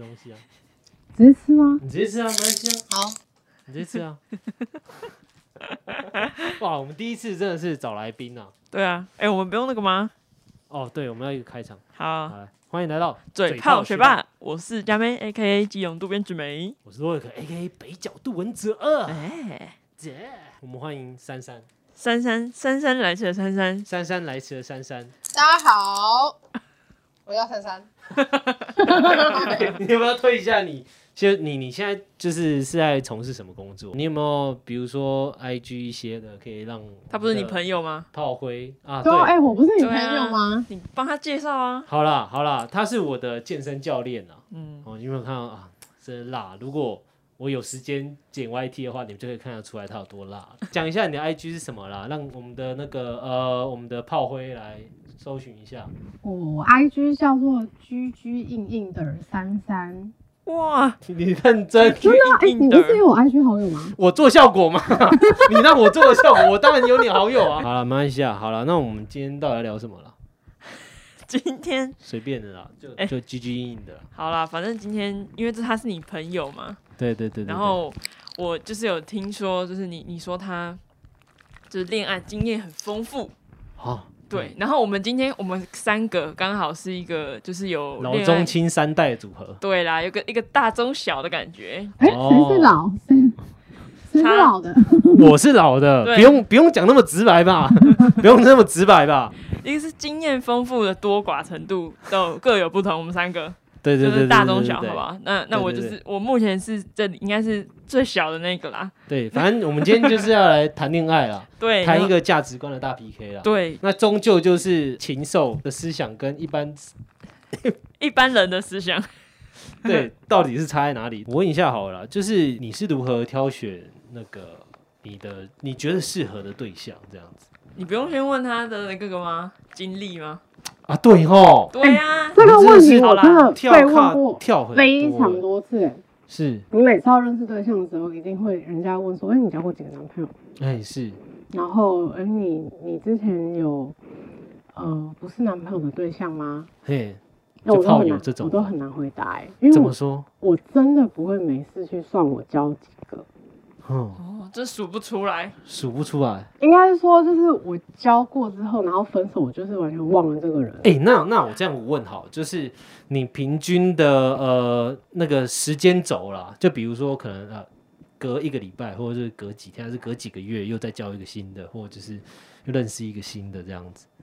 东西啊？ 直接吃吗？ 你直接吃啊，没关系啊。 好， 你直接吃啊。哇，我们第一次真的是找来宾啊。 对啊，我们不用那个吗？ 哦，对，我们要一个开场。 好， 来，欢迎来到嘴炮学霸，我是佳妹 ，A.K.A. 基隆渡边直美， 我是洛克 ，A.K.A. 北角杜文泽二。我们欢迎珊珊。 珊珊来迟的珊珊， 珊珊来迟的珊珊。 大家好，我叫珊珊。 你要不要推一下你现在就是在从事什么工作？你有没有比如说 IG 一些的可以让他不是你朋友吗？ 炮灰啊， 对， 对， 我不是你朋友吗？ 你帮他介绍啊。 好啦，他是我的健身教练啊。你有没有看到啊？真的辣！如果我有时间剪 YT 的话，你们就可以看得出来它有多辣。讲一下你的 IG 是什么啦，让我们的我们的炮灰来搜寻一下。 我 IG 叫做居硬硬的33。 哇， 你认真？ 真的啊？你不是有我 IG 好友吗？ 我做效果吗？你让我做的效果，我当然有你好友啊。好了，没关系啊。好了，那我们今天到底要聊什么了？ 今天随便的啦，就居硬硬的啦。 好啦，反正今天因为他是你朋友嘛， 对。 然后我就是有听说，就是你说他就是恋爱经验很丰富。 好。 对，然后我们今天我们三个刚好是一个就是有老中青三代组合。 对啦，有一个大中小的感觉。 谁是老？谁是老的？ 我是老的，不用讲那么直白吧？不用那么直白吧？ 一个是经验丰富的多寡程度都各有不同，我们三个。 对， 就是大中小，好吧？那我就是我目前是这里应该是最小的那个啦。 对，反正我们今天就是要来谈恋爱啦， 对， 谈一个价值观的大 PK 啦。 对， 那终究就是禽兽的思想跟一般人的思想， 对，到底是差在哪里？我问一下好了啦，就是你是如何挑选那个你觉得适合的对象这样子？ 你不用先问他的那个吗？经历吗？ 啊，对吼， 对呀， 这个问题我真的被问过跳非常多次。 是你每次要认识对象的时候，一定会人家问说：“你交过几个男朋友？” 是。 然后，你之前有不是男朋友的对象吗？ 嘿， 那就炮友这种， 我都很难回答因为怎么说？ 我真的不会没事去算我交几个。 这数不出来。 应该是说，就是我交过之后，然后分手，我就是完全忘了这个人。 那我这样问好，就是你平均的那个时间轴啦，就比如说可能隔一个礼拜，或者是隔几天，还是隔几个月又再交一个新的，或者是又认识一个新的这样子。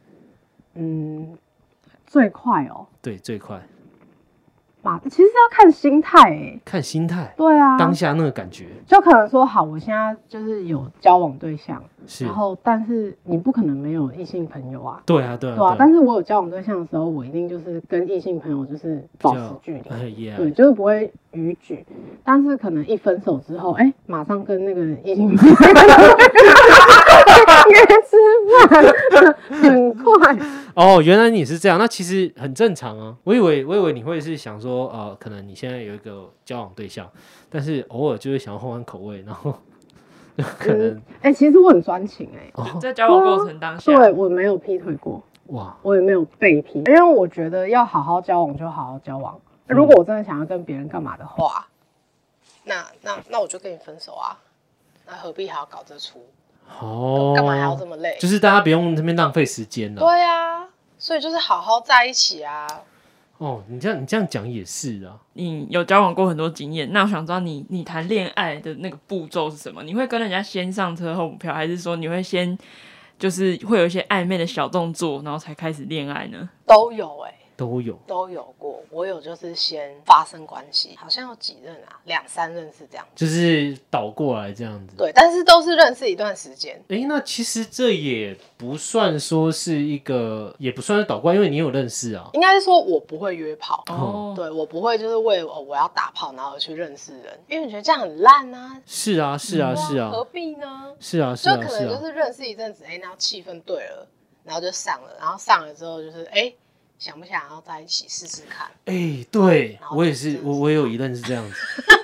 最快哦。 对，最快。 其实要看心态看心态。 对啊， 当下那个感觉， 就可能说好，我现在就是有交往对象， 是， 然后但是你不可能没有异性朋友啊。 对啊。 但是我有交往对象的时候，我一定就是跟异性朋友就是保持距离，对，就是不会逾矩。但是可能一分手之后，马上跟那个异性朋友吃饭，很快。 原来你是这样，那其实很正常啊。我以为你会是想说，可能你现在有一个交往对象，但是偶尔就会想要换换口味，然后就可能， 其实我很专情在交往过程当下， 对我没有劈腿过，哇，我也没有被劈，因为我觉得要好好交往就好好交往。如果我真的想要跟别人干嘛的话，那我就跟你分手啊，那何必还要搞这出？干嘛还要这么累？ 就是大家不用那边浪费时间了。 对啊，所以就是好好在一起啊。 你这样讲也是啊。 你有交往过很多经验，那我想知道你谈恋爱的那个步骤是什么？你会跟人家先上车后补票，还是说你会先就是会有一些暧昧的小动作，然后才开始恋爱呢？ 都有都有过。我有就是先发生关系，好像有几任啊，2、3任是这样， 就是倒过来这样子。 对，但是都是认识一段时间。 那其实这也不算说是一个，也不算是倒过来，因为你有认识啊。 应该是说我不会约炮， 对， 我不会就是为了我要打炮然后而去认识人，因为我觉得这样很烂啊。 是啊， 何必呢？ 是啊， 就可能就是认识一阵子，然后气氛对了，然后就上了，然后上了之后就是想不想要在一起试试看？ 对，我也是，我也有一任是这样子。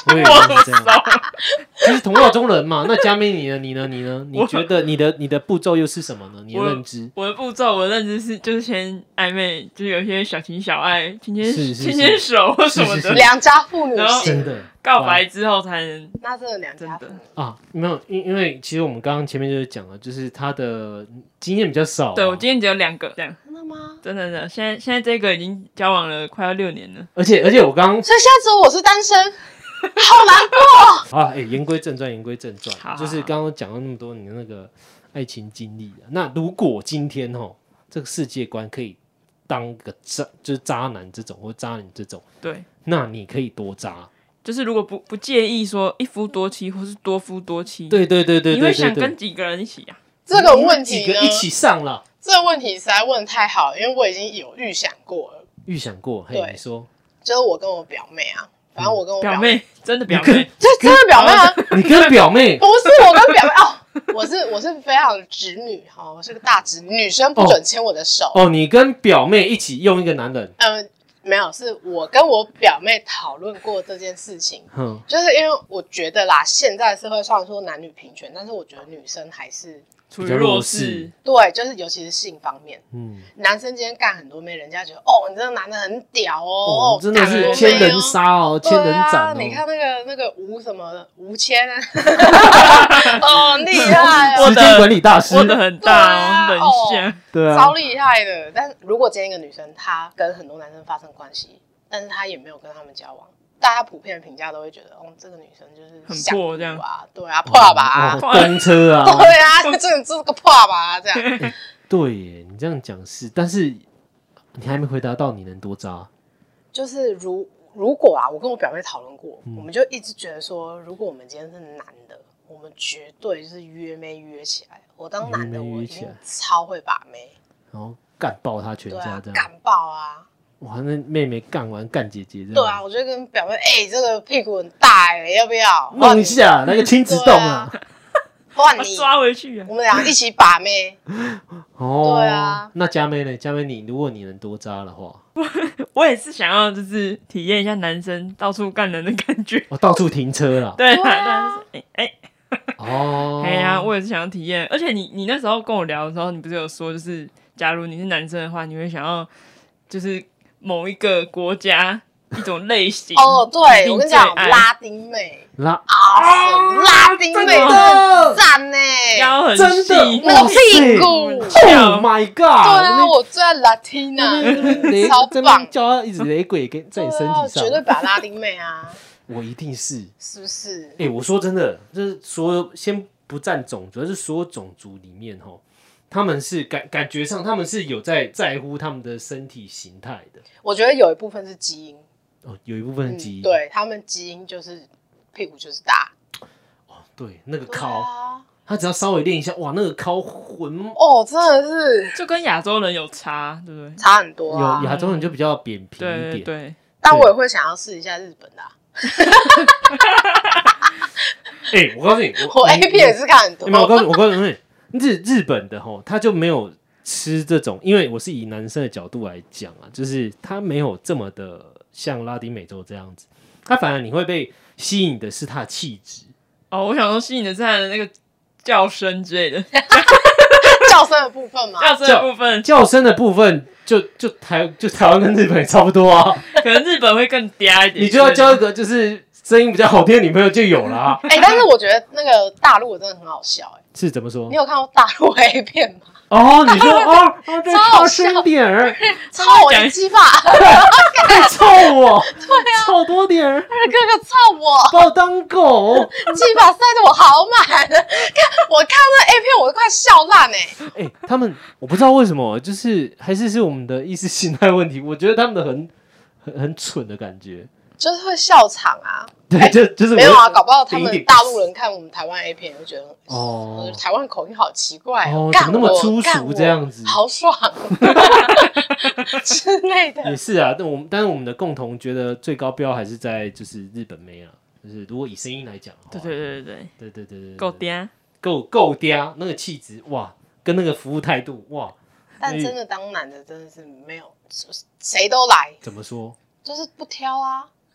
我也是这样，就是同道中人嘛。那佳妹你呢？你觉得你的步骤又是什么呢？你的认知？ 我的步骤，我的认知是，就是先暧昧，就是有一些小情小爱，牵牵手或什么的， 良家妇女真的告白之后才能。 那真的良家妇女啊， 没有，因为其实我们刚刚前面就是讲了，就是他的经验比较少。 对，我今天只有2个这样。 真的吗？ 真的，现在这个已经交往了快要6年了， 而且我刚， 所以现在只有我是单身，好难过啊！言归正传，就是刚刚讲了那么多你的那个爱情经历那如果今天这个世界观可以当个就是渣男这种或渣女这种， 对， 那你可以多渣。 就是如果不介意说一夫多妻或是多夫多妻， 对， 你会想跟几个人一起啊？ 这个问题呢， 几个一起上了。 这个问题实在问得太好，因为我已经有预想过了。 预想过，嘿，你说， 就是我跟我表妹啊，反正我跟我表妹，真的表妹， 真的表妹啊？ 你跟表妹？ 不是我跟表妹哦，我是非常的直女哈，我是个大直女，女生不准牵我的手。 你跟表妹一起用一个男人？ 没有，是我跟我表妹讨论过这件事情。就是因为我觉得啦，现在社会上说男女平权，但是我觉得女生还是处于弱势。 对，就是尤其是性方面，男生今天干很多妹，人家觉得你这个男的很屌真的是千人杀千人斩你看那个吴谦啊，厉害时间管理大师， 握得很大很像， 对啊， 超厉害的。但是如果今天一个女生她跟很多男生发生关系，但是她也没有跟他们交往，大家普遍的评价都会觉得，这个女生就是很破这样啊，对啊，破吧， 公车啊， 对啊，这个破吧，这样。 对耶，你这样讲是，但是你还没回答到你能多渣。 就是如果啊，我跟我表妹讨论过，我们就一直觉得说，如果我们今天是男的，我们绝对就是约妹约起来。我当男的，我一定超会把妹， 然后干爆他全家这样， 干爆啊！ 哇，那妹妹干完干姐姐这样。 对啊，我就跟表妹，这个屁股很大要不要弄一下那个亲子洞啊？ 换你抓回去啊！ 我们俩一起把妹。对啊， 那佳妹呢？佳妹你，如果你能多渣的话， 我也是想要就是体验一下男生到处干人的感觉。 到处停车了。 对啊，我也是想要体验。而且你那时候跟我聊的时候，你不是有说，就是假如你是男生的话，你会想要就是某一个国家一种类型。 对，我跟你讲，拉丁妹。拉丁妹真的赞呢， 腰很细， 那个屁股 ，Oh my god！ 对啊，我最爱 Latina， 超棒， 叫他一直雷鬼在你身体上， 绝对把拉丁妹啊！ 我一定是不是？ 我说真的，就是所有先不占种族，而是所有种族里面他们是感觉上他们是有在乎他们的身体形态的。 我觉得有一部分是基因， 有一部分是基因， 对他们基因就是屁股就是大。 对，那个尻，他只要稍微练一下，哇，那个尻浑真的是就跟亚洲人有差，对不对？ 差很多有亚洲人就比较扁平一点， 对。 但我也会想要试一下日本的。 我告诉你， 我 A 片也是看很多。 我告诉你，日本的他就没有吃这种，因为我是以男生的角度来讲啊，就是他没有这么的像拉丁美洲这样子，他反而你会被吸引的是他的气质。 我想说吸引的是他的那个叫声之类的， 叫声的部分吗？ 叫声的部分就台湾跟日本也差不多啊， 可能日本会更嗲一点。 你就要交一个就是声音比较好听的女朋友就有了啊。 但是我觉得那个大陆真的很好笑是怎么说？ 你有看过大陆 A 片吗？ 你说这超深点儿， 操我的鸡巴， 臭我，对啊，臭多点儿， 哥哥操我， 把我当狗， 鸡巴塞得我好满，我看那 A 片我都快笑烂他们我不知道为什么，就是还是我们的意识形态问题，我觉得他们的很蠢的感觉。 就是会笑场啊， 对，就是没有啊，搞不好他们大陆人看我们台湾 A 片就觉得台湾口音好奇怪怎么那么粗俗这样子， 好爽之类的。 也是啊，但是我们的共同觉得最高标还是在就是日本妹啊，就是如果以声音来讲的话， 对，够嗲， 够嗲，那个气质哇，跟那个服务态度哇， 但真的当男的真的是没有谁都来， 怎么说？ 就是不挑啊。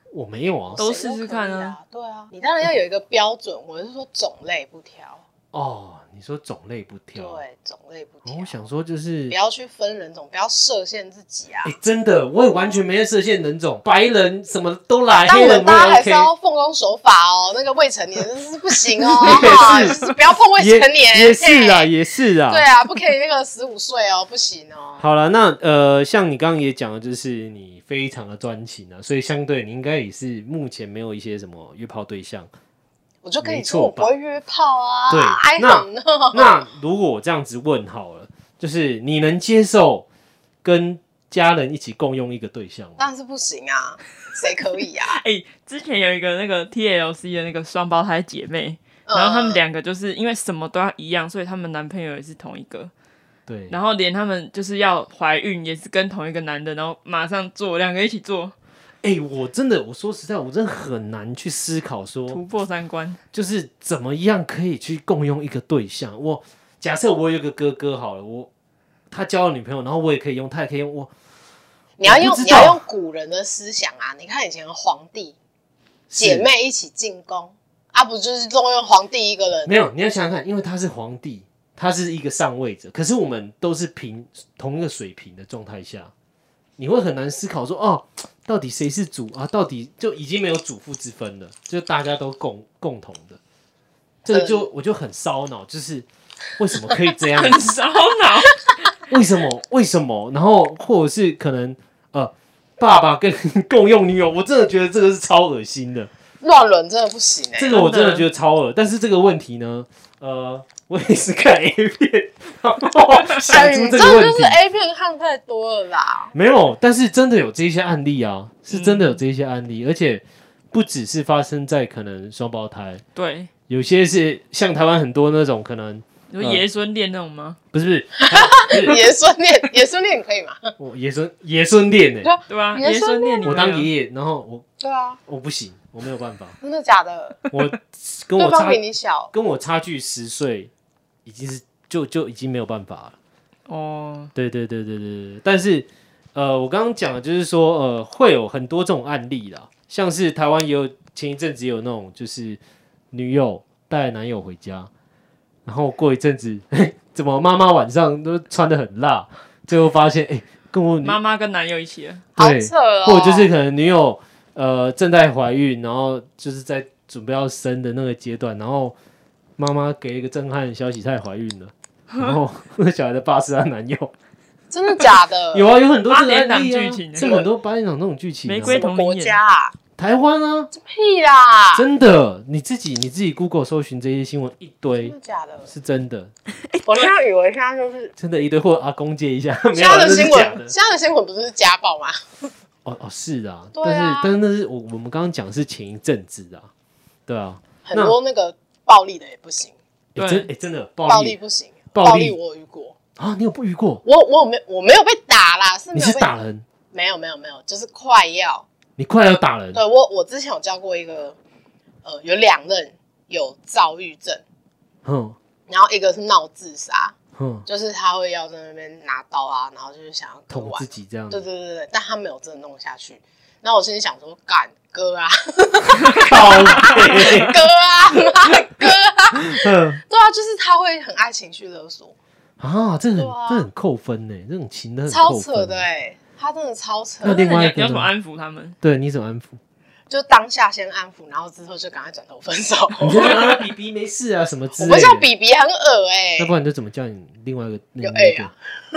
我没有啊， 都试试看啊。 对啊，你当然要有一个标准，我是说种类不挑。 哦，你说种类不挑， 对，种类不挑。 我想说就是不要去分人种，不要设限自己啊。 真的，我也完全没在设限人种，白人什么都来， 但我们大家还是 OK 要奉公守法哦。那个未成年真是不行哦，就是不要碰未成年。 也是啊，也是啊。 对啊，不可以那个15岁哦，不行哦。 好了，那像你刚刚也讲的，就是你非常的专情啊，所以相对你应该也是目前没有一些什么约炮对象。 我就跟你说，我不会约炮啊。 对， 那如果我这样子问好了，就是你能接受跟家人一起共用一个对象吗？ 当然是不行啊，谁可以啊？ 之前有一个那个 TLC 的那个双胞胎姐妹，然后他们2个就是因为什么都要一样，所以他们男朋友也是同一个。 对， 然后连他们就是要怀孕也是跟同一个男的，然后马上做，2个一起做。 我说实在，我真的很难去思考说突破3观， 就是怎么样可以去共用一个对象。假设我有一个哥哥好了，他交了女朋友，然后我也可以用，他也可以用。 你要用古人的思想啊！你看以前的皇帝姐妹一起进宫啊，不就是都用皇帝一个人？ 没有，你要想想看，因为他是皇帝，他是一个上位者，可是我们都是同一个水平的状态下，你会很难思考说到底谁是主啊？到底就已经没有主妇之分了，就大家都共同的，这个我就很烧脑，就是为什么可以这样？ 很烧脑， 为什么？然后或者是可能爸爸跟共用女友，我真的觉得这个是超恶心的， 乱伦真的不行这个我真的觉得超恶。但是这个问题呢，我也是看 A 片，然后想出这个问题。 就是 A 片看太多了啦。 没有，但是真的有这些案例啊，是真的有这些案例，而且不只是发生在可能双胞胎， 对， 有些是像台湾很多那种可能有爷孙恋那种吗？ 不是爷孙恋可以吗？ 爷孙恋呢？ 对啊，爷孙恋， 我当爷爷，然后对啊， 我不行，我没有办法。 真的假的？ 对方比你小， 跟我差距10岁，已经是就已经没有办法了。 哦， 对，但是我刚刚讲的就是说会有很多这种案例啦，像是台湾也有前一阵子也有那种就是女友带男友回家，然后过一阵子，怎么妈妈晚上都穿得很辣，最后发现跟我妈妈跟男友一起了， 对， 好扯哦。 或者就是可能女友正在怀孕，然后就是在准备要生的那个阶段，然后妈妈给一个震撼的消息，她也怀孕了，然后那个小孩的爸是她男友， 真的假的？ 有啊，有很多这个 8点档案例啊， 剧情， 是很多8点档那种剧情、啊。 玫瑰同国家啊， 台湾啊， 这屁啦！ 真的，你自己 Google 搜寻这些新闻一堆真的，假的？ 是真的， 我现在以为现在就是真的一堆，或者阿公借一下， 现在的新闻， 的现在的新闻不是家暴吗？ 是啊， 对啊但是那是我们刚刚讲的是前一阵子的、啊，对啊， 很多那个暴力的也不行， 真的暴力不行， 暴力我有遇过啊，你有不遇过？ 我没有被打啦， 你是打人？ 没有，就是快要。 你快要打人？ 对，我之前有教过一个，有2任有躁郁症，然后一个是闹自杀，就是他会要在那边拿刀啊，然后就是想要捅自己这样。 对，但他没有真的弄下去。然后我心里想说，干哥啊， 靠哥啊，哥啊，对啊，就是他会很爱情绪勒索啊，这很扣分呢，这种情的超扯的他真的超扯。 那另外一个你要怎么安抚他们？ 对，你怎么安抚？ 就当下先安抚，然后之后就赶快转头分手。 你就说比比没事啊，什么之类的。 我不叫比比，很恶那不然你就怎么叫你另外一个？ 有啊，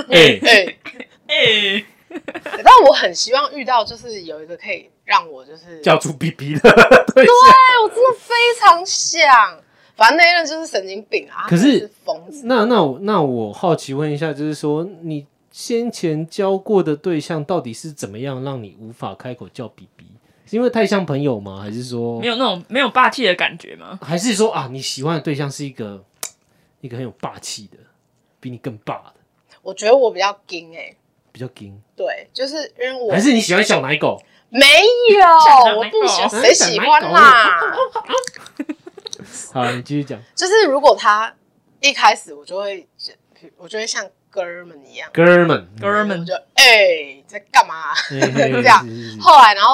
但我很希望遇到，就是有一个可以让我就是叫出比比的对，我真的非常想。反正那一任就是神经病啊， 可是疯子。 那我好奇问一下，就是说你先前交过的对象到底是怎么样让你无法开口叫比比？是因为太像朋友吗？还是说没有那种没有霸气的感觉吗？ 还是说啊，你喜欢的对象是一个很有霸气的，比你更霸的？ 我觉得我比较硬比较硬。 对，就是因为我还是你喜欢小奶狗？ 没有，我不喜欢，谁喜欢啦？ 好，你继续讲。 就是如果他一开始我就会像哥们一样， 哥们我就在干嘛？ 这这样。后来然后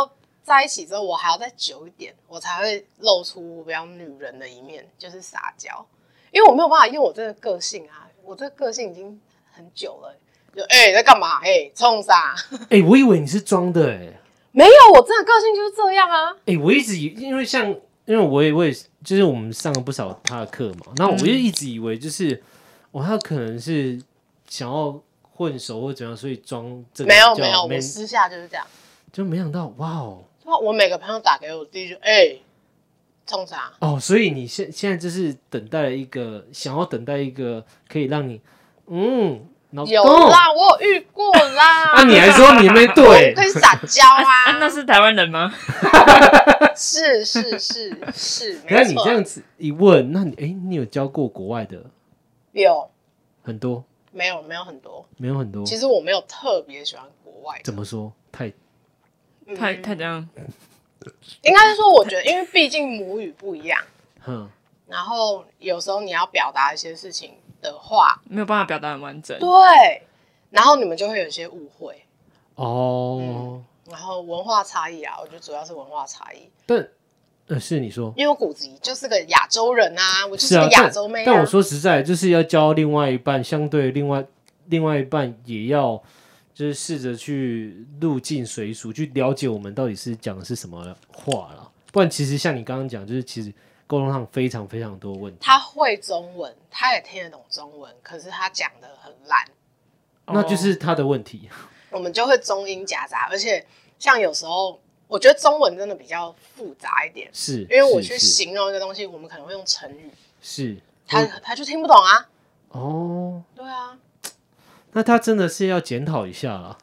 在一起之后，我还要再久一点，我才会露出比较女人的一面，就是撒娇。因为我没有办法用我这个个性啊，我这个个性已经很久了。就在干嘛？冲啥？ 我以为你是装的没有，我真的个性就是这样啊。 我一直因为我也就是我们上了不少他的课嘛，然后我就一直以为就是他可能是想要混熟或怎样，所以装这个。 没有，我私下就是这样。 就没想到，哇哦！ 我每个朋友打给我，第一句冲啥？ 所以你现在就是想要等待一个可以让你有啦，我有遇过啦。 你还说你没对， 可以撒娇啊？ 那是台湾人吗？ 是。 可是你这样子一问，那你有交过国外的？ 有很多？ 没有很多， 没有很多。 其实我没有特别喜欢国外的。 怎么说？太这样？ 应该是说，我觉得，因为毕竟母语不一样，然后有时候你要表达一些事情的话， 没有办法表达很完整。 对，然后你们就会有一些误会然后文化差异啊，我觉得主要是文化差异。 但是你说， 因为我骨子里就是个亚洲人啊，我就是个亚洲妹但我说实在，就是要教另外一半，相对另外一半也要就是试着去入境随俗，去了解我们到底是讲的是什么话啦。不然其实像你刚刚讲，就是其实沟通上非常非常多问题。 他会中文，他也听得懂中文，可是他讲的很烂， 那就是他的问题。 我们就会中英夹杂，而且像有时候我觉得中文真的比较复杂一点， 是因为我去形容一个东西，我们可能会用成语， 是他就听不懂啊。对啊， 那他真的是要检讨一下啦。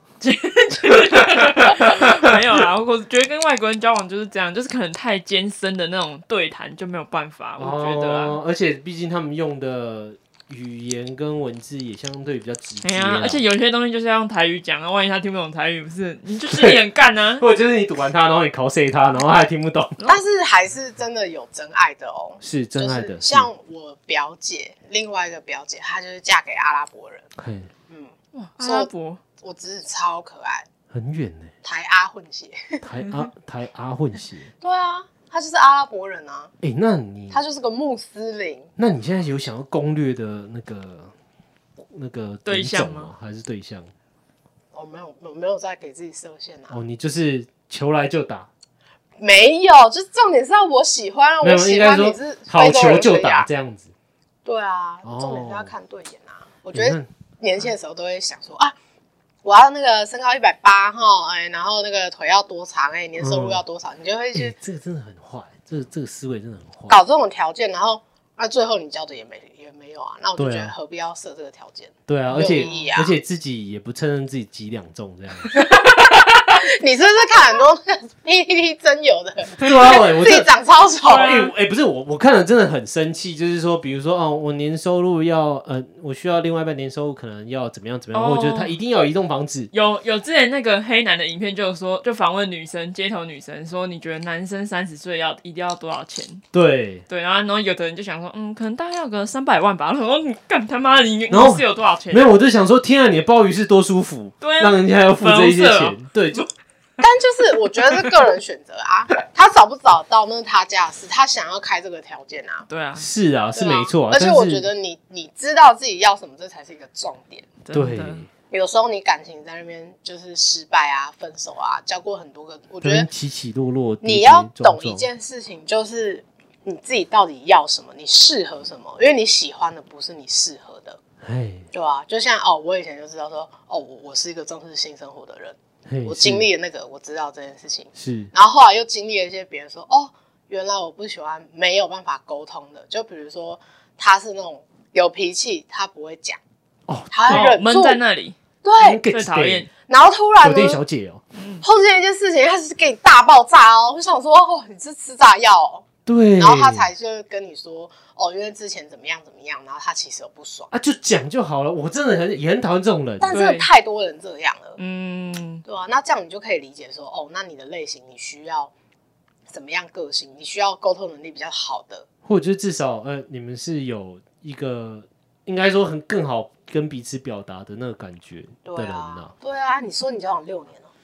没有啦，我觉得跟外国人交往就是这样，就是可能太艰深的那种对谈就没有办法，我觉得啦。 而且毕竟他们用的语言跟文字也相对比较直接而且有些东西就是要用台语讲啊，万一他听不懂台语，不是你就是你很干啊， 或者就是你堵完他，然后你cos他，然后他还听不懂。 但是还是真的有真爱的哦， 是真爱的。 就是像我表姐，另外一个表姐，她就是嫁给阿拉伯人。 哇，阿拉伯， 我侄子超可爱， 很远呢。 台阿混血， 台阿混血。 对啊，他就是阿拉伯人啊。 那你他就是个穆斯林。 那你现在有想要攻略的那个对象吗？ 还是对象？ 没有在给自己设限啊。 你就是求来就打。 没有，就是重点是要我喜欢啊，我喜欢你是好球就打这样子。 对啊，重点是要看对眼啊。我觉得年轻的时候都会想说啊，我要那个身高180哈，然后那个腿要多长，年收入要多少，你就会去。 这个真的很坏，这个思维真的很坏。 搞这种条件，然后最后你交的也没有啊，那我就觉得何必要设这个条件？ 对啊，而且自己也不承认自己几两重这样。 你是不是看很多 PTT 真有的？ 对啊，我自己长超丑。 不是我看了真的很生气，就是说，比如说我年收入要我需要另外一半年收入可能要怎么样，或者觉得他一定要有移动房子。 有之前那个黑男的影片就访问女生，街头女生说，你觉得男生30岁一定要多少钱？ 对， 然后有的人就想说，可能大概要个300万吧。然后你干他妈的，你是有多少钱？ 没有，我就想说，天啊，你的鲍鱼是多舒服， 对啊， 让人家要付这一些钱，对，就。 但就是我觉得是个人选择啊，他找不找到那是他家的事，他想要开这个条件啊。 对啊， 是啊，是没错。 而且我觉得你知道自己要什么，这才是一个重点。 对， 有时候你感情在那边就是失败啊、分手啊，交过很多个，我觉得起起落落， 你要懂一件事情，就是你自己到底要什么，你适合什么，因为你喜欢的不是你适合的，对吧？就像我以前就知道说，我是一个重视性生活的人。我经历了那个，我知道这件事情是， 然后后来又经历了一些别人说，原来我不喜欢没有办法沟通的，就比如说他是那种有脾气，他不会讲，他会忍住闷在那里， 对， 最讨厌。 然后突然酒店小姐碰见一件事情，他是给你大爆炸我想说，你是吃炸药对， 然后他才就跟你说，因为之前怎么样怎么样，然后他其实有不爽就讲就好了。我真的也很讨厌这种人， 但真的太多人这样了，对啊，那这样你就可以理解说，那你的类型你需要怎么样个性，你需要沟通能力比较好的， 或者至少你们是有一个应该说更好跟彼此表达的那个感觉的人啊。 对啊，你说你交往6年了，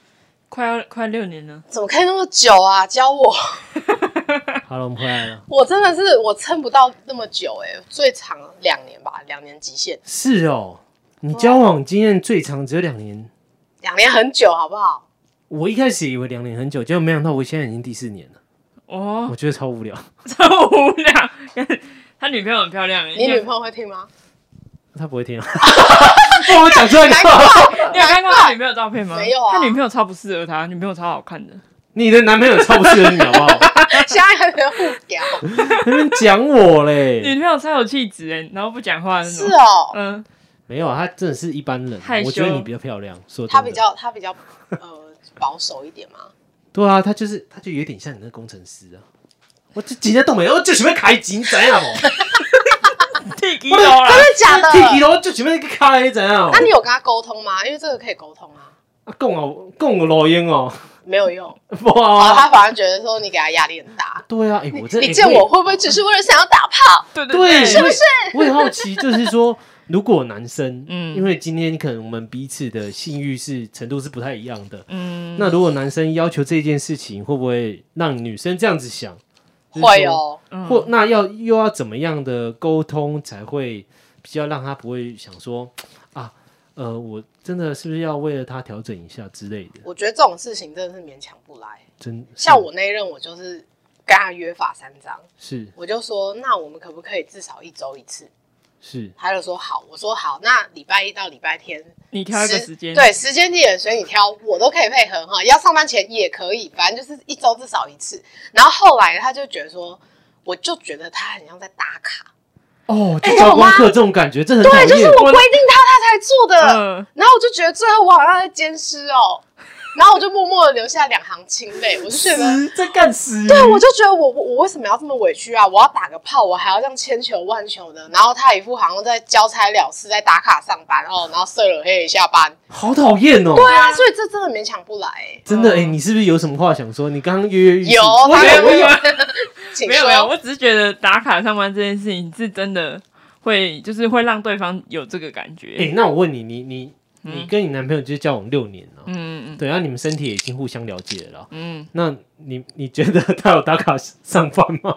快6年了， 怎么可以那么久啊？教我。 好了，我们回来了。 我真的是我撑不到那么久最长2年吧，2年极限。 是哦，你交往经验最长只有2年 ，2年很久，好不好？ 我一开始以为2年很久，结果没想到我现在已经第4年了。 哦， 我觉得超无聊， 超无聊。他女朋友很漂亮， 你女朋友会听吗？ 他不会听啊。帮我讲出来干嘛？ 你有看过他女朋友照片吗？ 没有啊， 他女朋友超不适合他，女朋友超好看的。 你的男朋友超不适合你，好不好？ 现在还在互屌， 那边讲我嘞。 女朋友超有气质然后不讲话那种。 是哦， 没有啊，他真的是一般人。我觉得你比较漂亮，说真的。 他比较保守一点嘛。 对啊，他就有点像你那个工程师啊。我这几天都没有，我就准备开钱怎样？ 剃基佬啦， 真的假的？ 剃基佬就准备开怎样？ 那你有跟他沟通吗？因为这个可以沟通啊。 讲录音哦。 没有用， 哇！ 他反而觉得说你给他压力很大。 对啊， 你见我会不会只是为了想要打炮？ 对， 是不是？ 我很好奇，就是说，如果男生，因为今天可能我们彼此的性欲程度是不太一样的，那如果男生要求这件事情，会不会让女生这样子想？ 会哦， 或那又要怎么样的沟通才会比较让他不会想说啊？我真的是不是要为了他调整一下之类的？ 我觉得这种事情真的是勉强不来。像我那一任，我就是跟他约法3章， 是， 我就说，那我们可不可以至少1周1次？ 是， 他就说好，我说好，那礼拜1到礼拜天， 你挑一个时间， 对，时间地点随你挑，我都可以配合哈，要上班前也可以，反正就是1周至少1次。然后后来他就觉得说，我就觉得他很像在打卡。 哦，就交功课这种感觉，这很讨厌。 对，就是我规定他才做的，然后我就觉得最后我好像在监视哦，然后我就默默的流下2行清泪，我就觉得在干死。 对，我就觉得我为什么要这么委屈啊？我要打个炮，我还要这样千求万求的，然后他一副好像在交差了事，在打卡上班哦，然后睡了黑下班， 好讨厌哦。 对啊，所以这真的勉强不来真的你是不是有什么话想说？你刚刚跃跃欲试。 有， 没有，我只是觉得打卡上班这件事情是真的会让对方有这个感觉。 那我问你，你跟你男朋友就交往6年了，对，然后你们身体也已经互相了解了，那你觉得他有打卡上班吗？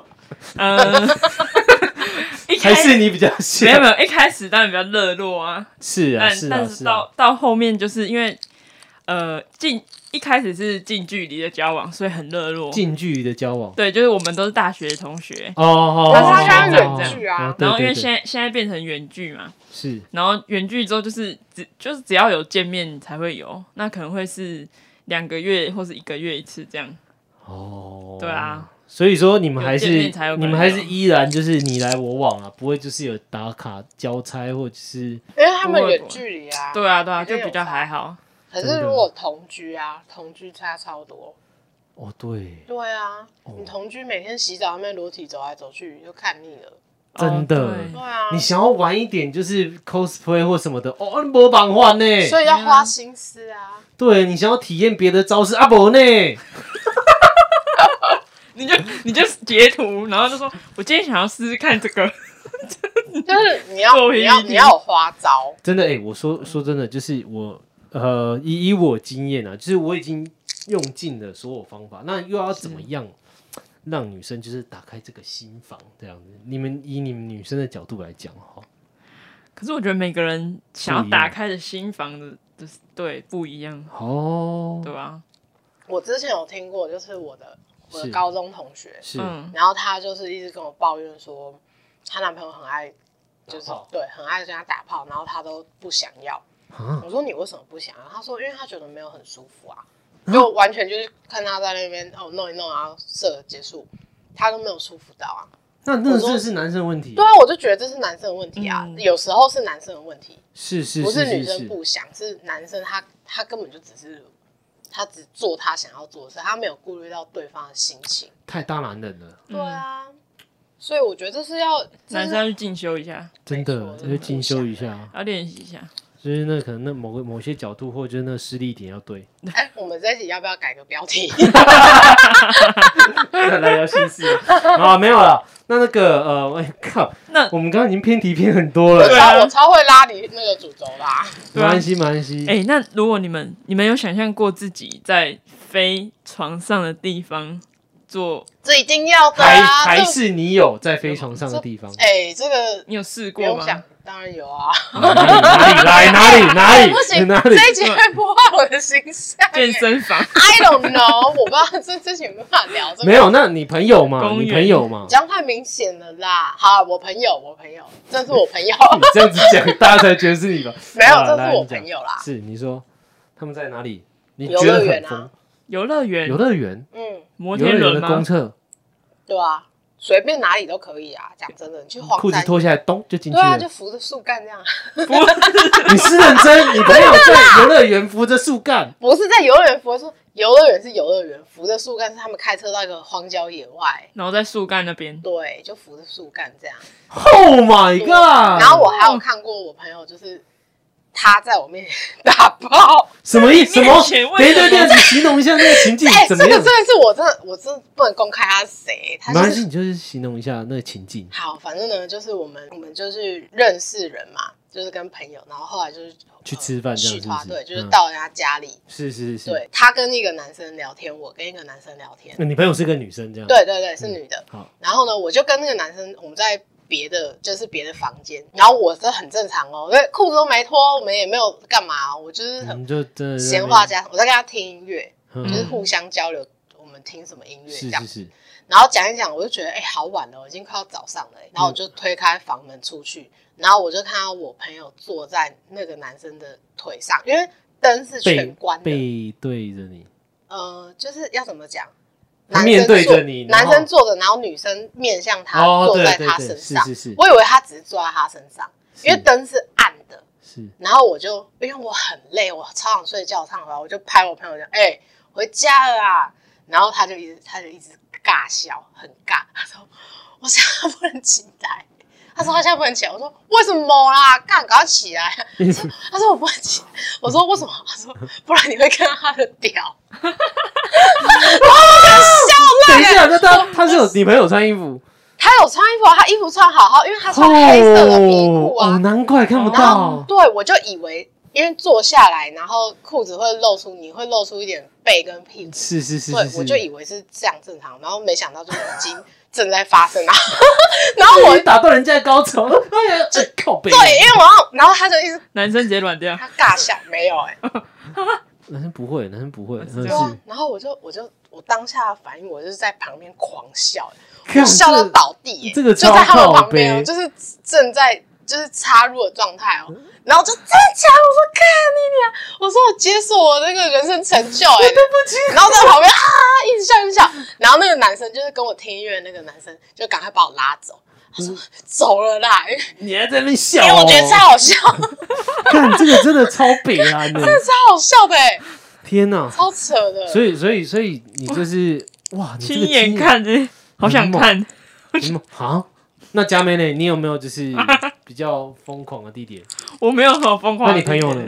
还是你比较像？ 没有，一开始当然比较热络啊， 是啊， 但是到后面就是因为一开始是近距离的交往，所以很热络。 近距离的交往， 对，就是我们都是大学同学他是刚远距啊， 然后因为现在变成远距嘛， 是， 然后远距之后就是只要有见面才会有，那可能会是2个月或是1个月1次这样。 哦， 对啊， 所以说你们还是依然就是你来我往啊，不会就是有打卡交差或者是因为他们远距离啊， 对啊，就比较还好。 可是如果同居差超多。 哦，对啊，你同居每天洗澡那边裸体走来走去就看腻了， 真的。 对啊， 你想要玩一点就是 cosplay 或什么的，你没办法呢， 所以要花心思啊。 对，你想要体验别的招式没呢。 你就截图，然后就说我今天想要试试看这个， 就是你要有花招。 真的我说真的，就是我以我经验啊，就是我已经用尽了所有方法，那又要怎么样让女生就是打开这个心房这样子？以你们女生的角度来讲哈， 可是我觉得每个人想要打开的心房的对不一样哦，对吧？ 我之前有听过，就是我的高中同学是， 然后她就是一直跟我抱怨说，她男朋友很爱，就是对很爱跟她打炮，然后她都不想要。我说你为什么不想要？她说因为她觉得没有很舒服啊，就完全就是看她在那边弄一弄，然后射结束，她都没有舒服到啊。 那这是男生的问题。 对啊，我就觉得这是男生的问题啊，有时候是男生的问题， 是不是女生不想，是男生他根本就只做他想要做的事，他没有顾虑到对方的心情， 太大男人了。 对啊，所以我觉得这是要男生要去进修一下， 真的要进修一下， 要练习一下。 就是那可能那某些角度，或者就是那施力点要对。 我们这一集要不要改个标题？ 来聊心事啊，没有了。那个我靠，那我们刚刚已经偏题偏很多了。 我超会拉你那个主轴啦。 没关系，没关系。 那如果你们有想象过自己在非床上的地方做？ 这一定要的啊！ 还是你有在飞床上的地方？ 这个你有试过吗？ 当然有啊！ 哪里？ 不行，这一集会破坏我的形象。 健身房 ？I don't know， 我不知道这之前有没有办法聊这个。 没有，那你朋友嘛？你朋友嘛？ 这样太明显了啦！好，我朋友，这是我朋友。 你这样子讲，大家才觉得是你吧？ 没有，这是我朋友啦。 是你说他们在哪里？你游乐园啊？ 游乐园，摩天轮吗？ 公厕。对啊。随便哪里都可以啊！讲真的，你去荒山， 裤子脱下来，咚就进去了。 对啊，就扶着树干这样。 你是认真？你朋友在游乐园扶着树干？ 不是在游乐园扶着树，游乐园是游乐园，扶着树干是他们开车到一个荒郊野外， 然后在树干那边。 对，就扶着树干这样。 Oh my god！ 然后我还有看过我朋友，就是他在我面前打炮。 什么意思？什么？对，你形容一下那个情境怎么样？ 这个真的是我真的不能公开他是谁。 没关系，你就是形容一下那个情境。 好，反正呢，就是我们就是认识人嘛，就是跟朋友，然后后来就是去吃饭这样子。 对，就是到人家家里。 是。 对，他跟一个男生聊天，我跟一个男生聊天。 你朋友是个女生这样？ 对，是女的。好，然后呢，我就跟那个男生，我们在别的房间，然后我这很正常哦，因为裤子都没脱，我们也没有干嘛，我就是很闲话家常，我在跟他听音乐，就是互相交流，我们听什么音乐这样子。然后讲一讲，我就觉得好晚了，已经快要早上了，然后我就推开房门出去，然后我就看到我朋友坐在那个男生的腿上，因为灯是全关的， 背对着你， 就是要怎么讲？ 他面对着你， 男生坐着，然后女生面向他，坐在他身上。 是。 我以为他只是坐在他身上，因为灯是暗的。 是。然后我就因为我很累，我超想睡觉，我就拍我朋友讲：“回家了啊！”然后他就一直尬笑，很尬。他说：“我现在不能起来。”他说他现在不能起来。我说：“为什么啦？赶快起来！”他说：“我不能起来。”我说：“为什么？”他说：“不然你会看到他的屌。” 等一下，那他是有女朋友穿衣服？ 他有穿衣服啊，他衣服穿好，因为他穿黑色的皮裤啊， 难怪看不到。 对，我就以为因为坐下来，然后裤子会露出，你会露出一点背跟屁股。 是。 对，我就以为是这样正常，然后没想到就已经正在发生啊。然后我打断人家的高潮，靠背。 对，因为然后他就一直男生直接软掉， 他尬笑没有男生不会， 对啊。然后我当下的反应，我就是在旁边狂笑，我笑到倒地， 这个就在他们旁边，就是正在就是插入的状态哦。然后就真的假的？我说看你俩，我说我解锁我那个人生成就对不起。然后在旁边一直笑，然后那个男生就是跟我听音乐的那个男生就赶快把我拉走。他说走了啦， 你还在那边笑， 因为我觉得超好笑。 看这个真的超北蓝的， 真的超好笑的天哪， 超扯的。 所以你就是哇， 亲眼看着，好想看。 好，那佳妹呢？你有没有就是比较疯狂的地点？ 我没有什么疯狂的地点。 那你朋友呢？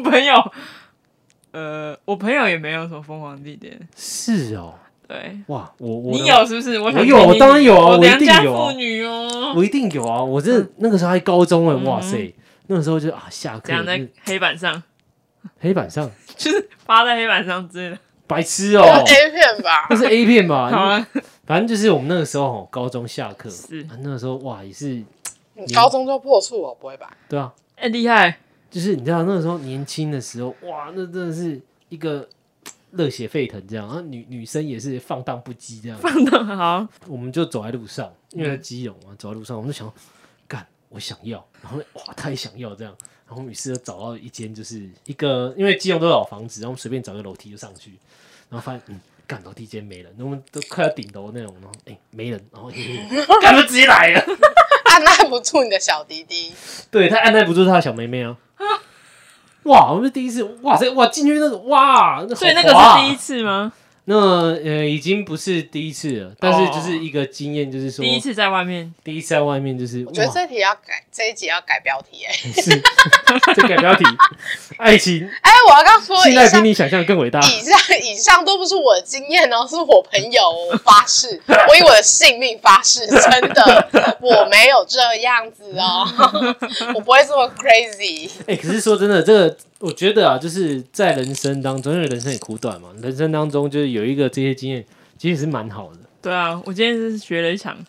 我朋友也没有什么疯狂的地点。 是哦。 对， 哇， 你有是不是？我有，我当然有啊，我一定有啊。妇女哦， 我一定有啊！我这那个时候还高中了，哇塞，那个时候就下课， 这样在黑板上，就是趴在黑板上之类的， 白痴哦 ，A 片吧， 那是 A 片吧？ 好啊， 反正就是我们那个时候高中下课， 是那个时候哇，也是你高中就破处了，不会吧？ 对啊， 厉害， 就是你知道那个时候年轻的时候，哇，那真的是一个。热血沸腾这样，然后女生也是放荡不羁这样， 放荡好。 我们就走在路上，因为在基隆嘛，走在路上，我们就想，干，我想要，然后哇，他也想要这样，然后于是就找到一间就是一个，因为基隆都有老房子，然后我们随便找个楼梯就上去，然后发现干楼梯间没人，我们都快要顶楼那种，然后没人，然后干就直接来了， 按耐不住你的小弟弟， 对他按耐不住他的小妹妹啊。哇！我们是第一次，哇塞，哇进去那个，哇， 所以那个是第一次吗？ 那已经不是第一次了，但是就是一个经验，就是说第一次在外面就是我觉得这题要改，这一集要改标题是这改标题，爱情。 我要刚说， 现在比你想象更伟大。 以上都不是我的经验哦，是我朋友，我发誓，我以我的性命发誓，真的，我没有这样子哦，我不会这么 crazy。 可是说真的，这个我觉得啊，就是在人生当中，因为人生也苦短嘛，人生当中就是有一个这些经验，其实是蛮好的。 对啊，我今天是学了一场。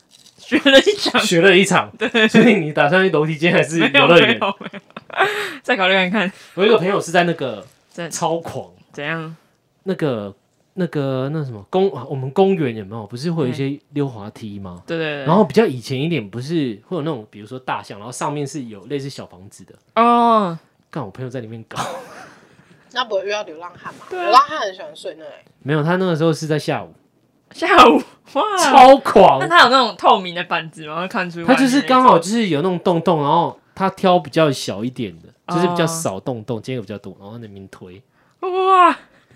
对，所以你打算去楼梯间还是游乐园？ 没有，再考虑看看。 我有一个朋友是在那个超狂， 怎样？ 那什么我们公园有没有？不是会有一些溜滑梯吗？ 对。 然后比较以前一点，不是会有那种，比如说大象，然后上面是有类似小房子的哦。 干，我朋友在里面搞。 那不会遇到流浪汉吗？流浪汉很喜欢睡那里。 没有，他那个时候是在下午哇， 超狂。 那他有那种透明的板子吗？会看出他就是刚好就是有那种洞洞，然后他挑比较小一点的，就是比较少洞洞，接个比较多，然后那边推。 哇！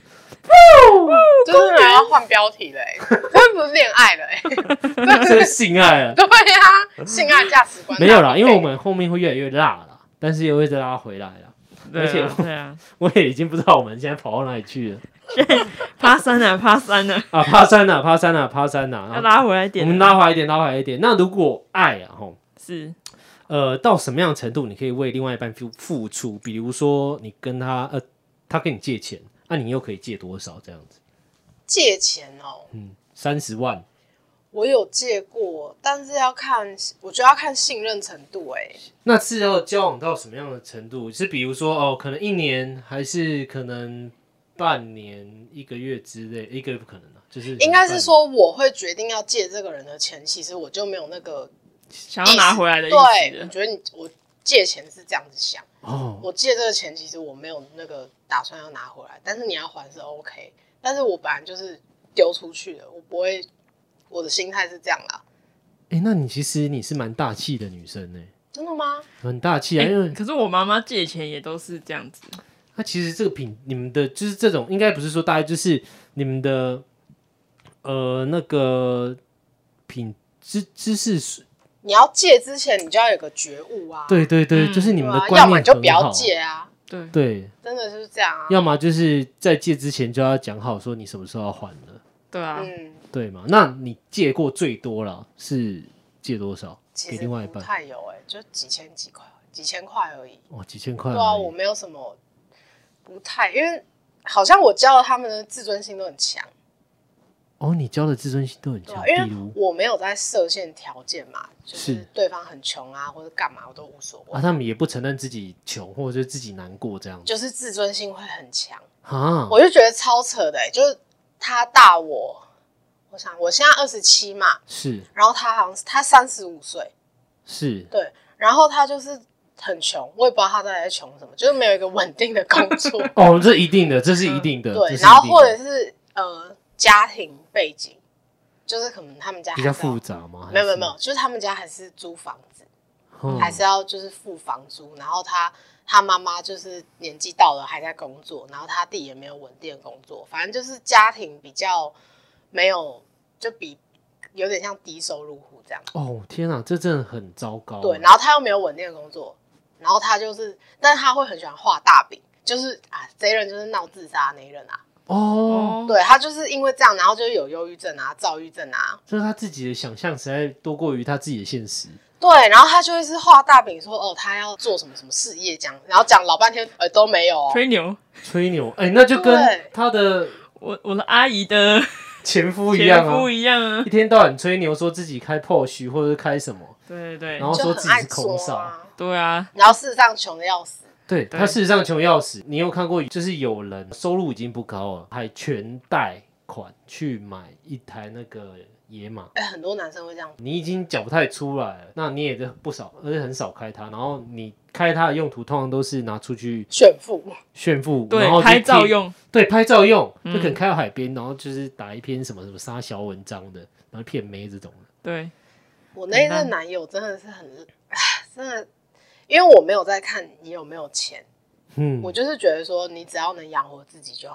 就是要换标题了这不是恋爱了这是性爱了。 对啊，性爱价值观没有啦，因为我们后面会越来越辣啦，但是也会再拉回来啦。而且我也已经不知道我们现在跑到哪里去了。 爬山了，爬山了， 要拉回来一点。 我们拉回来一点。那如果爱啊， 是到什么样的程度，你可以为另外一半付出？比如说你跟他他跟你借钱，那你又可以借多少这样子？ 借钱哦 ，30万。 我有借过，但是我觉得要看信任程度那是要交往到什么样的程度？是比如说可能1年，还是可能半年、1个月之类？1个月不可能啊，就是应该是说我会决定要借这个人的钱，其实我就没有那个想要拿回来的意思。 对，我觉得我借钱是这样子想。我借这个钱，其实我没有那个打算要拿回来，但是你要还是 OK。但是我本来就是丢出去的，我不会。我的心态是这样啦。 那你其实你是蛮大气的女生真的吗？ 很大气啊，因为可是我妈妈借钱也都是这样子。 那其实这个你们的就是这种，应该不是说大概就是你们的那个知识。 你要借之前，你就要有个觉悟啊。 对，就是你们的观念要么你就不要借啊。 对， 真的是这样啊。 要么就是在借之前就要讲好，说你什么时候要还了。 对啊， 对嘛？那你借过最多了是借多少？给另外一半？ 不太有就几千块而已。 几千块。 对啊，我没有什么不太，因为好像我教的他们的自尊心都很强。 你教的自尊心都很强， 因为我没有在设限条件嘛，就是对方很穷啊，或者干嘛我都无所谓。 他们也不承认自己穷，或者是自己难过这样子， 就是自尊心会很强我就觉得超扯的就是他大我想我现在27嘛， 是， 然后他好像他35岁， 是， 对，然后他就是很穷，我也不知道他在穷什么，就是没有一个稳定的工作。 这是一定的，这是一定的。 对，然后或者是家庭背景，就是可能他们家比较复杂吗？ 没有，就是他们家还是租房子，还是要就是付房租，然后他妈妈就是年纪到了还在工作，然后他弟也没有稳定的工作，反正就是家庭比较没有，就比有点像低收入户这样。 天啊，这真的很糟糕。 对，然后他又没有稳定的工作，然后他就是，但是他会很喜欢画大饼，就是这一任就是闹自杀那一任啊。对，他就是因为这样，然后就有忧郁症啊、躁郁症啊， 就是他自己的想象实在多过于他自己的现实。 对，然后他就会是画大饼说他要做什么什么事业这样，然后讲老半天都没有吹牛， 那就跟他的我的阿姨的前夫一样啊， 一天到晚吹牛说自己开 Porsche 或者是开什么， 对， 然后说自己是空少， 对啊， 然后事实上穷的要死。 对，他事实上穷要死。你有看过，就是有人收入已经不高了，还全贷款去买一台那个野马。 很多男生会这样。 你已经缴不太出来了，那你也不少，而且很少开它。然后你开它的用途通常都是拿出去炫富， 对， 然后拍照用， 对，拍照用，就可能开到海边，然后就是打一篇什么杀小文章的，然后骗妹这种的。 对， 我那一任男友真的是真的。因为我没有在看你有没有钱，我就是觉得说你只要能养活自己就好。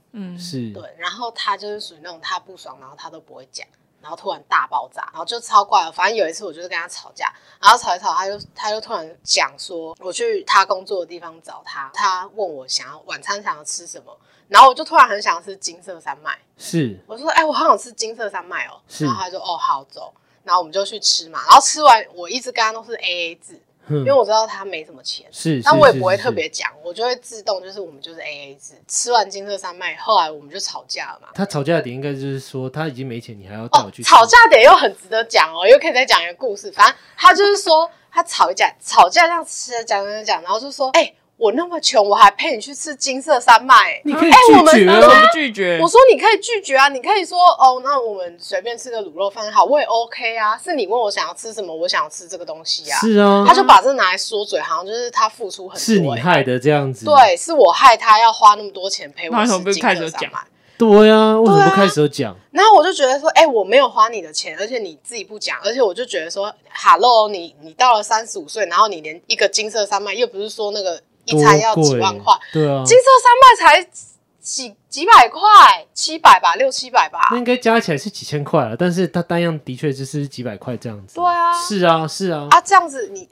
是， 对，然后他就是属于那种他不爽，然后他都不会讲，然后突然大爆炸，然后就超怪了。反正有一次我就是跟他吵架，然后吵一吵，他就突然讲说，我去他工作的地方找他，他问我晚餐想要吃什么，然后我就突然很想吃金色山脉， 是， 我说我好想吃金色山脉哦，然后他就好走，然后我们就去吃嘛，然后吃完我一直跟他都是 AA 制。因为我知道他没什么钱，但我也不会特别讲，我就会自动就是我们就是 AA 制。吃完金色山脉，后来我们就吵架了嘛。 他吵架的点应该就是说他已经没钱，你还要带我去吃。 吵架点又很值得讲又可以再讲一个故事。反正他就是说他吵架这样吃讲，然后就说我那么穷，我还陪你去吃金色山脉， 你可以拒绝怎么拒绝？ 我说你可以拒绝啊，你可以说那我们随便吃个卤肉饭好，我也 OK 啊。是你问我想要吃什么，我想要吃这个东西啊。 是啊， 他就把这拿来说嘴，好像就是他付出很多， 是你害的这样子。 对，是我害他要花那么多钱陪我吃金色山脉。 对呀，为什么不开始讲？ 然后我就觉得说，我没有花你的钱，而且你自己不讲，而且我就觉得说 ，Hello， 你到了35岁，然后你连一个金色山脉，又不是说那个一餐要几万块， 对啊， 金色山脉才几百块，700吧，600-700吧， 那应该加起来是几千块了，但是它单样的确就是几百块这样子。 对啊， 是啊，是啊。 这样子你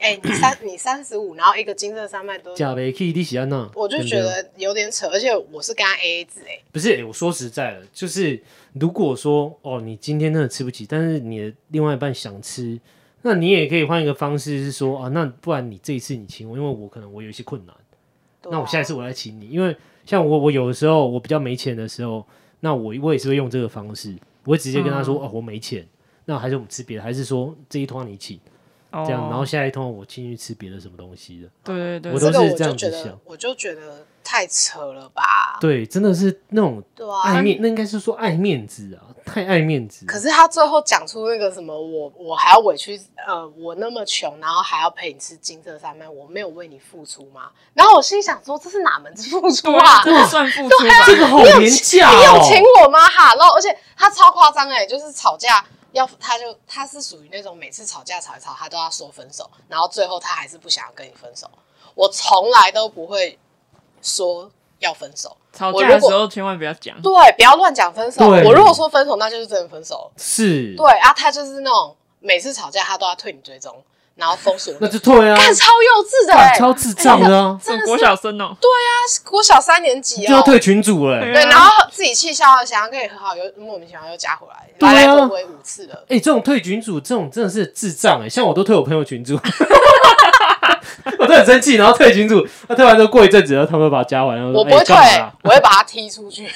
35，然后一个金色山脉都假的可以利息安娜， 我就觉得有点扯，而且我是跟他 AA 制不是我说实在的，就是如果说你今天真的吃不起，但是你的另外一半想吃，那你也可以换一个方式是说那不然你这一次你请我，因为我可能我有一些困难，那我下一次我来请你，因为像我有的时候我比较没钱的时候，那我也是会用这个方式，我会直接跟他说我没钱，那还是我们吃别的，还是说这一通你请，这样，然后下一通我进去吃别的什么东西的。 对， 我都是这样子想。 我就觉得太扯了吧？ 对，真的是那种爱面，那应该是说爱面子啊，太爱面子。 可是他最后讲出那个什么，我还要委屈，我那么穷，然后还要陪你吃金色山脉，我没有为你付出吗？然后我心想说，这是哪门子付出啊？ 这算付出吧？ 这个好廉价你有请我吗？哈喽，而且他超夸张就是吵架。他是属于那种每次吵架吵一吵，他都要说分手，然后最后他还是不想要跟你分手。我从来都不会说要分手， 吵架的时候千万不要讲， 对，不要乱讲分手。我如果说分手，那就是真的分手。 是， 对他就是那种每次吵架他都要退你追踪，然后封锁你， 那就退啊！ 干超幼稚的超智障的啊！ 这国小生哦， 对啊，国小3年级就要退群组了。 对，然后自己气消了，想要跟你和好，又莫名其妙又加回来，来回回5次了。 这种退群组，这种真的是智障像我都退我朋友群组。我都很生气，然后退群组，他退完之后过一阵子，然后他们把他加完， 我不会退，我会把他踢出去。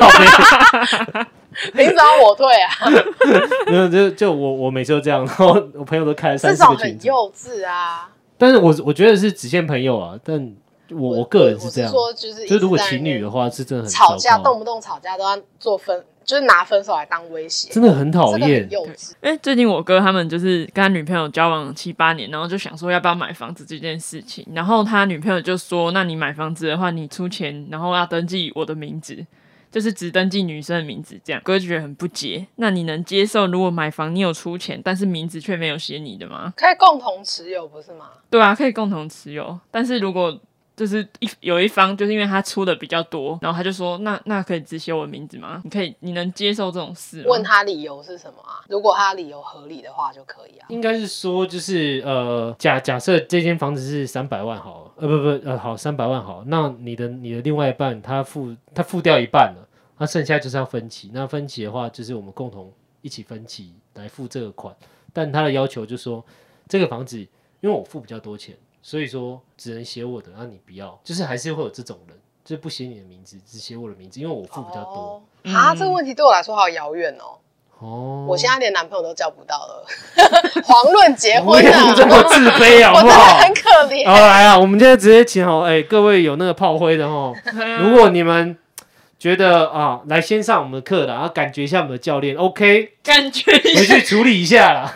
凭什么我退啊？ 没有，就我每次都这样，然后我朋友都开了3-4个群组， 这种很幼稚啊。 但是我觉得是只限朋友啊，但我个人是这样， 我是说就是如果情侣的话，是真的很吵架，动不动吵架都要做就是拿分手来当威胁， 真的很讨厌， 很幼稚。 最近我哥他们就是跟他女朋友交往7-8年，然后就想说要不要买房子这件事情，然后他女朋友就说：“那你买房子的话，你出钱，然后要登记我的名字，就是只登记女生的名字，这样。”哥就觉得很不解。那你能接受如果买房你有出钱，但是名字却没有写你的吗？ 可以共同持有，不是吗？ 对啊，可以共同持有，但是如果就是有一方就是因为他出的比较多，然后他就说那可以只写我的名字吗？你能接受这种事吗？ 问他理由是什么啊？如果他理由合理的话就可以啊。 应该是说就是假设这间房子是300万好了，好300万好，那你的另外一半他付掉一半了，那剩下就是要分期。那分期的话就是我们共同一起分期来付这个款，但他的要求就是说这个房子因为我付比较多钱。所以说只能写我的，然后你不要，就是还是会有这种人，就是不写你的名字，只写我的名字，因为我付比较多。 这个问题对我来说好遥远哦。我现在连男朋友都交不到了，遑论结婚啊！ 这么自卑好不好？ 我真的很可怜。 好来啊，我们现在直接请各位有那个炮灰的如果你们觉得来先上我们的课啦，然后感觉一下我们的教练 ，OK， 感觉回去处理一下啦。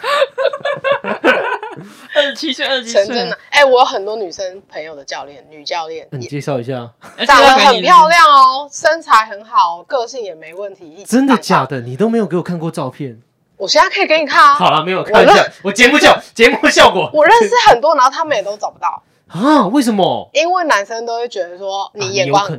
27岁成真的我有很多女生朋友的教练，女教练， 你介绍一下。 长得很漂亮身材很好，个性也没问题。 真的假的？你都没有给我看过照片？ 我现在可以给你看啊。 好了，没有看一下，我节目效果。 我认识很多，然后他们也都找不到啊？为什么？ 因为男生都会觉得说你眼光很高，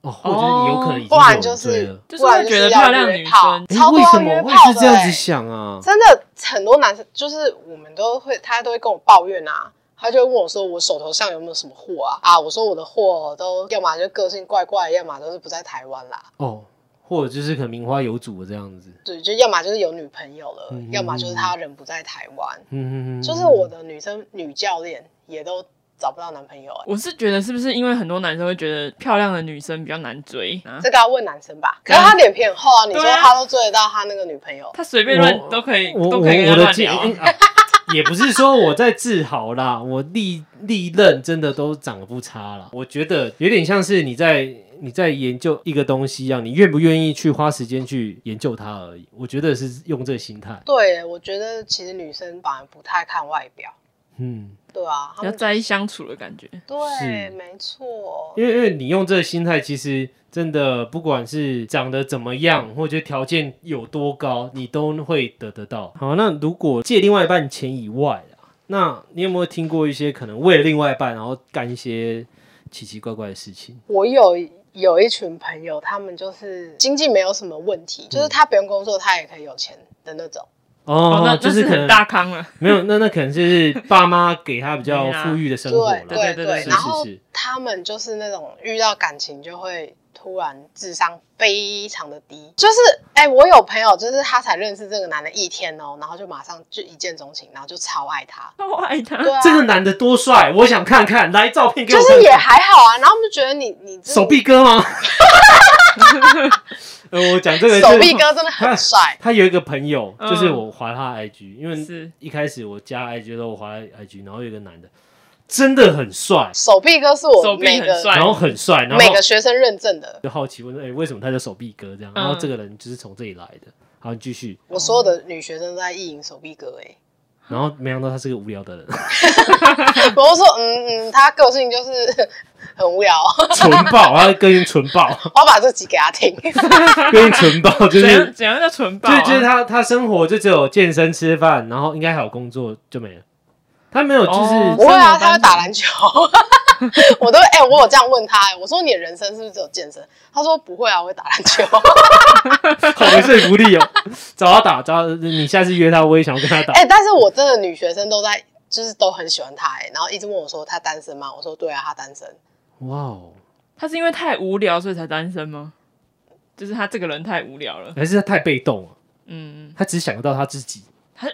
哦，我觉得你有可能已经不然就是会觉得漂亮女生， 超多为什么约炮会是这样子想啊？ 真的很多男生就是我们都会，他都会跟我抱怨啊。他就会问我说：“我手头上有没有什么货啊？”啊，我说我的货都要么就个性怪怪，要么都是不在台湾啦。 哦，或者就是可能名花有主的这样子。 对，就要么就是有女朋友了，要么就是他人不在台湾。就是我的女教练也都找不到男朋友。 我是觉得是不是因为很多男生会觉得漂亮的女生比较难追啊？ 这个要问男生吧。可是他脸皮很厚啊，你说他都追得到他那个女朋友， 他随便乱都可以，都可以跟他乱聊。 也不是说我在自豪啦，我历任真的都长得不差啦。我觉得有点像是你在研究一个东西一样，你愿不愿意去花时间去研究它而已。我觉得是用这个心态。 对，我觉得其实女生反而不太看外表。对啊， 比较在意相处的感觉。 对，没错。 因为你用这个心态，其实真的不管是长得怎么样，或者条件有多高，你都会得到。好，那如果借另外一半钱以外啊，那你有没有听过一些可能为了另外一半，然后干一些奇奇怪怪的事情？ 我有一群朋友，他们就是经济没有什么问题，就是他不用工作，他也可以有钱的那种。 那就是可能很大康了。 没有，那可能就是爸妈给他比较富裕的生活了。 对，然后他们就是那种遇到感情就会突然智商非常的低，就是我有朋友就是他才认识这个男的1天哦，然后就马上就一见钟情，然后就超爱他。对啊， 这个男的多帅，我想看看，来照片给我看。 就是也还好啊，然后我们就觉得你手臂哥吗？我讲这个手臂哥真的很帅。 他有一个朋友，就是我滑他的 IG， 因为一开始我加 IG 的时候我滑他 IG， 然后有一个男的真的很帅， 手臂哥是我每个然后很帅，然后每个学生认证的。 就好奇问说，为什么他叫手臂哥这样？然后这个人就是从这里来的。好，你继续。 我所有的女学生都在意淫手臂哥然后没想到他是个无聊的人。 我就说，他个性就是很无聊， 纯爆，他个性纯爆。 我要把这集给他听。 个性纯爆就是怎样叫纯爆？ 就是他生活就只有健身、吃饭，然后应该还有工作就没了。他没有就是不会啊，他会打篮球。我都我有这样问他，我说你的人生是不是只有健身？他说不会啊，我会打篮球。 好没说服力哦，找他打，你下次约他，我也想要跟他打。 但是我真的女学生都在，就是都很喜欢他然后一直问我说他单身吗？我说对啊，他单身。 哇哦， 他是因为太无聊所以才单身吗？就是他这个人太无聊了， 还是他太被动了？他只想到他自己。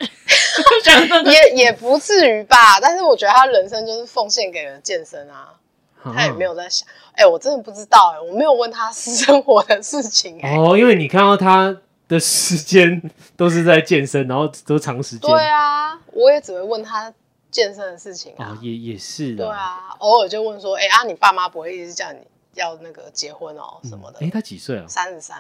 也不至于吧，但是我觉得他人生就是奉献给了健身啊，他也没有在想。我真的不知道我没有问他私生活的事情因为你看到他的时间都是在健身，然后都长时间。 对啊，我也只会问他健身的事情啊。 也是的。 对啊，偶尔就问说，你爸妈不会一直叫你要那个结婚什么的？ 他几岁啊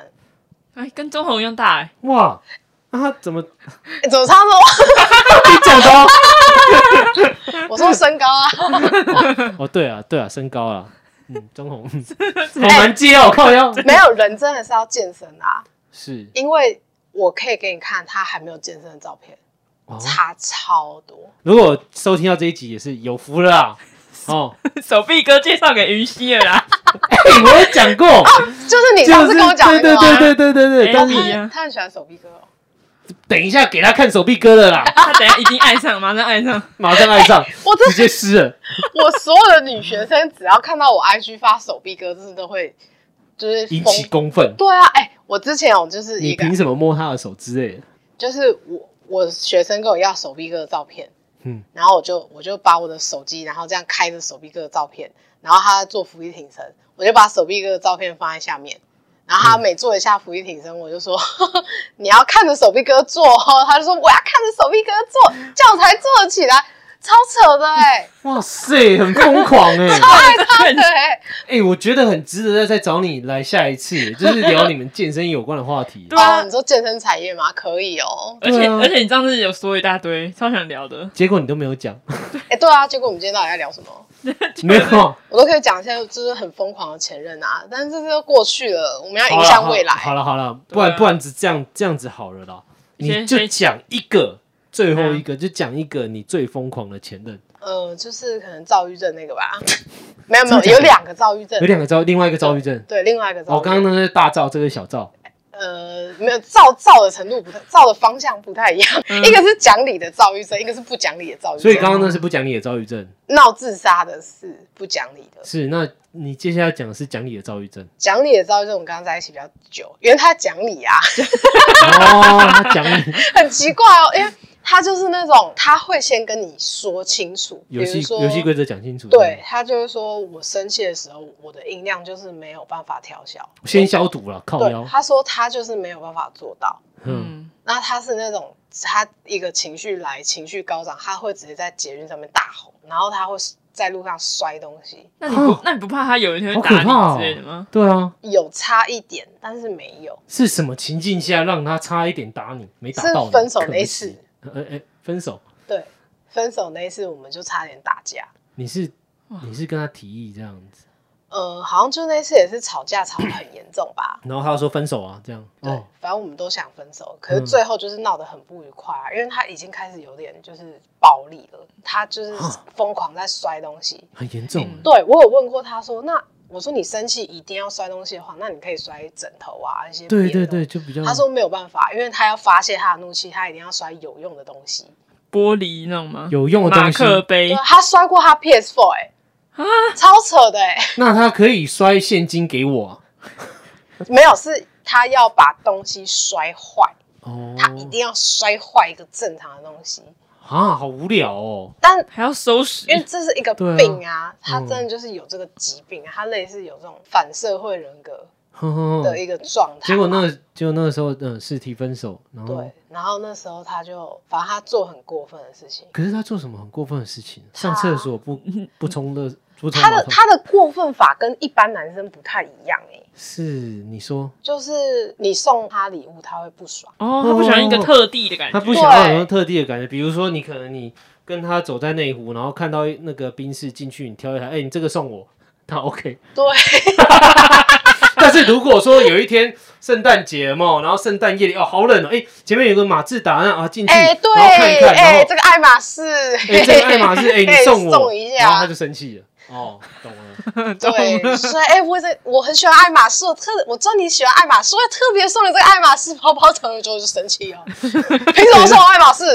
？33。 跟钟红一样大哇！他怎么怎么差不多？ 你讲的我说身高啊。 对啊，身高啊。钟红好难接哦，靠腰。 没有人真的是要健身啊， 是因为我可以给你看他还没有健身的照片，差超多。 如果收听到这一集也是有福了啦。 手臂哥介绍给云溪了啦。 我有讲过， 就是你上次跟我讲的。 对，但是他很喜欢手臂哥等一下给他看手臂哥了啦。 他等一下已经爱上，马上爱上， 我直接湿了。 我所有的女学生只要看到我 IG 发手臂哥，真的都会就是引起公愤。 对啊，我之前就是你凭什么摸他的手之类的？ 就是我学生跟我要手臂哥的照片，然后我就把我的手机，然后这样开着手臂哥的照片，然后他做俯卧挺身，我就把手臂哥的照片放在下面。然后他每做一下俯卧挺身，我就说你要看着手臂哥做他就说我要看着手臂哥做，这样才做得起来，超扯的哇塞，很疯狂超爱他的我觉得很值得再找你来下一次，就是聊你们健身有关的话题。 对啊，你说健身产业吗？可以而且你上次有说一大堆，超想聊的， 结果你都没有讲。 对啊，结果我们今天到底要聊什么？ 没有， 我都可以讲一些就是很疯狂的前任啊，但是这都过去了，我们要迎向未来。 好了，不然这样子好了啦，你就讲一个，最后一个就讲一个你最疯狂的前任。 就是可能躁郁症那个吧。没有，有2个躁郁症， 另外一个躁郁症。 对，另外一个躁郁症。 刚刚那是大躁，这个是小躁。 没有躁的程度不太，躁的方向不太一样。一个是讲理的躁郁症，一个是不讲理的躁郁症。 所以刚刚那是不讲理的躁郁症， 闹自杀的是不讲理的。 是，那你接下来讲的是讲理的躁郁症。 讲理的躁郁症，我们刚刚在一起比较久，因为他讲理啊。 他讲理， 很奇怪哦，因为他就是那种他会先跟你说清楚， 游戏规则讲清楚。 对，他就是说我生气的时候，我的音量就是没有办法调小， 先消毒了，靠腰。 他说他就是没有办法做到。那他是那种他一个情绪高涨，他会直接在捷运上面大吼，然后他会在路上摔东西。 那你不怕他有一天会打你之类的吗？ 对啊， 有差一点，但是没有。 是什么情境下让他差一点打你，没打到你？ 是分手那一次。 分手。 对，分手那一次我们就差点打架。 你是跟他提议这样子？ 好像就那次也是吵架吵得很严重吧。 然后他说分手啊，这样。 对，反正我们都想分手，可是最后就是闹得很不愉快啊，因为他已经开始有点就是暴力了，他就是疯狂在摔东西， 很严重。 对，我有问过他说，那我说你生气一定要摔东西的话，那你可以摔枕头啊一些别的。 对，就比较。 他说没有办法，因为他要发泄他的怒气，他一定要摔有用的东西， 玻璃那种吗？ 有用的东西， 马克杯。 他摔过他 PS4 超扯的那他可以摔现金给我啊？ 没有，是他要把东西摔坏。他一定要摔坏一个正常的东西。 好无聊哦！ 但还要收拾， 因为这是一个病啊，他真的就是有这个疾病啊，他类似有这种反社会人格的一个状态。 结果那个时候是提分手， 然后那时候他就反正他做很过分的事情。 可是他做什么很过分的事情？上厕所不冲的。 他的过分法跟一般男生不太一样是你说， 就是你送他礼物他会不爽他不喜欢一个特地的感觉， 他不想要有特地的感觉。比如说你可能你跟他走在内湖，然后看到那个宾士进去，你挑一台，你这个送我，他 OK。 对。 但是如果说有一天圣诞节嘛，然后圣诞夜里好冷前面有个马自达进去，然后看一看，然后这个爱马仕， 这个爱马仕，你送一下， 然后他就生气了。懂了。 对，所以我很喜欢爱马仕，我知道你喜欢爱马仕，我特别送你这个爱马仕包包，讲了之后就生气了。凭什么送我爱马仕？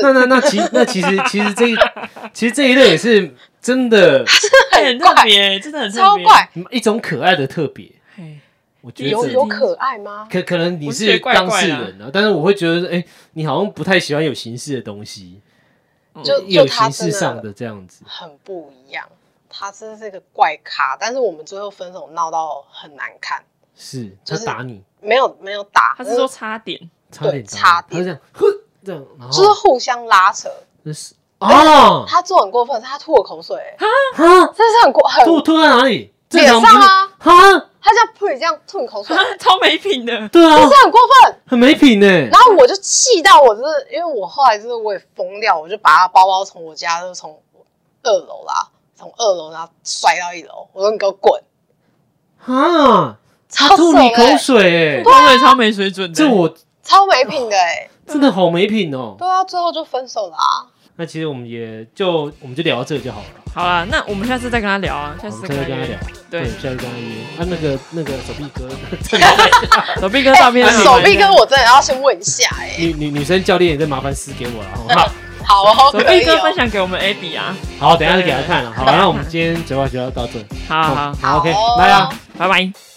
其实这一类也是真的， 很特别，真的很超怪， 一种可爱的特别。我觉得有可爱吗？ 可能你是当事人但是我会觉得你好像不太喜欢有形式的东西， 就有形式上的这样子， 很不一样。他真的是一个怪咖，但是我们最后分手闹到很难看。 是他打你？ 没有打， 他是说差点， 他是这样，然后就是互相拉扯。他做很过分，他吐了口水，真是很过分。 吐在哪里？ 脸上啊！他这样噗这样吐你口水， 超没品的。 对啊， 这是很过分， 很没品然后我就气到我，就是因为我后来就是我也疯掉，我就把他包包从我家就从2楼啦。从2楼然后摔到1楼，我说你给我滚！ 他吐你口水对，超没水准的， 这我超没品的真的好没品哦。 对啊，最后就分手了啊。 那其实我们就聊到这就好了。 好啦，那我们下次再跟他聊啊，下次再跟他聊。对， 下次跟他约。那个手臂哥， 手臂哥照片， 手臂哥我真的要先问一下女生教练也再麻烦撕给我了。 好哦， 手臂哥分享给我们 Abby 啊。 好，等一下就给他看了。好，那我们今天嘴话就要到这。 好 ，OK，来啊， 拜拜。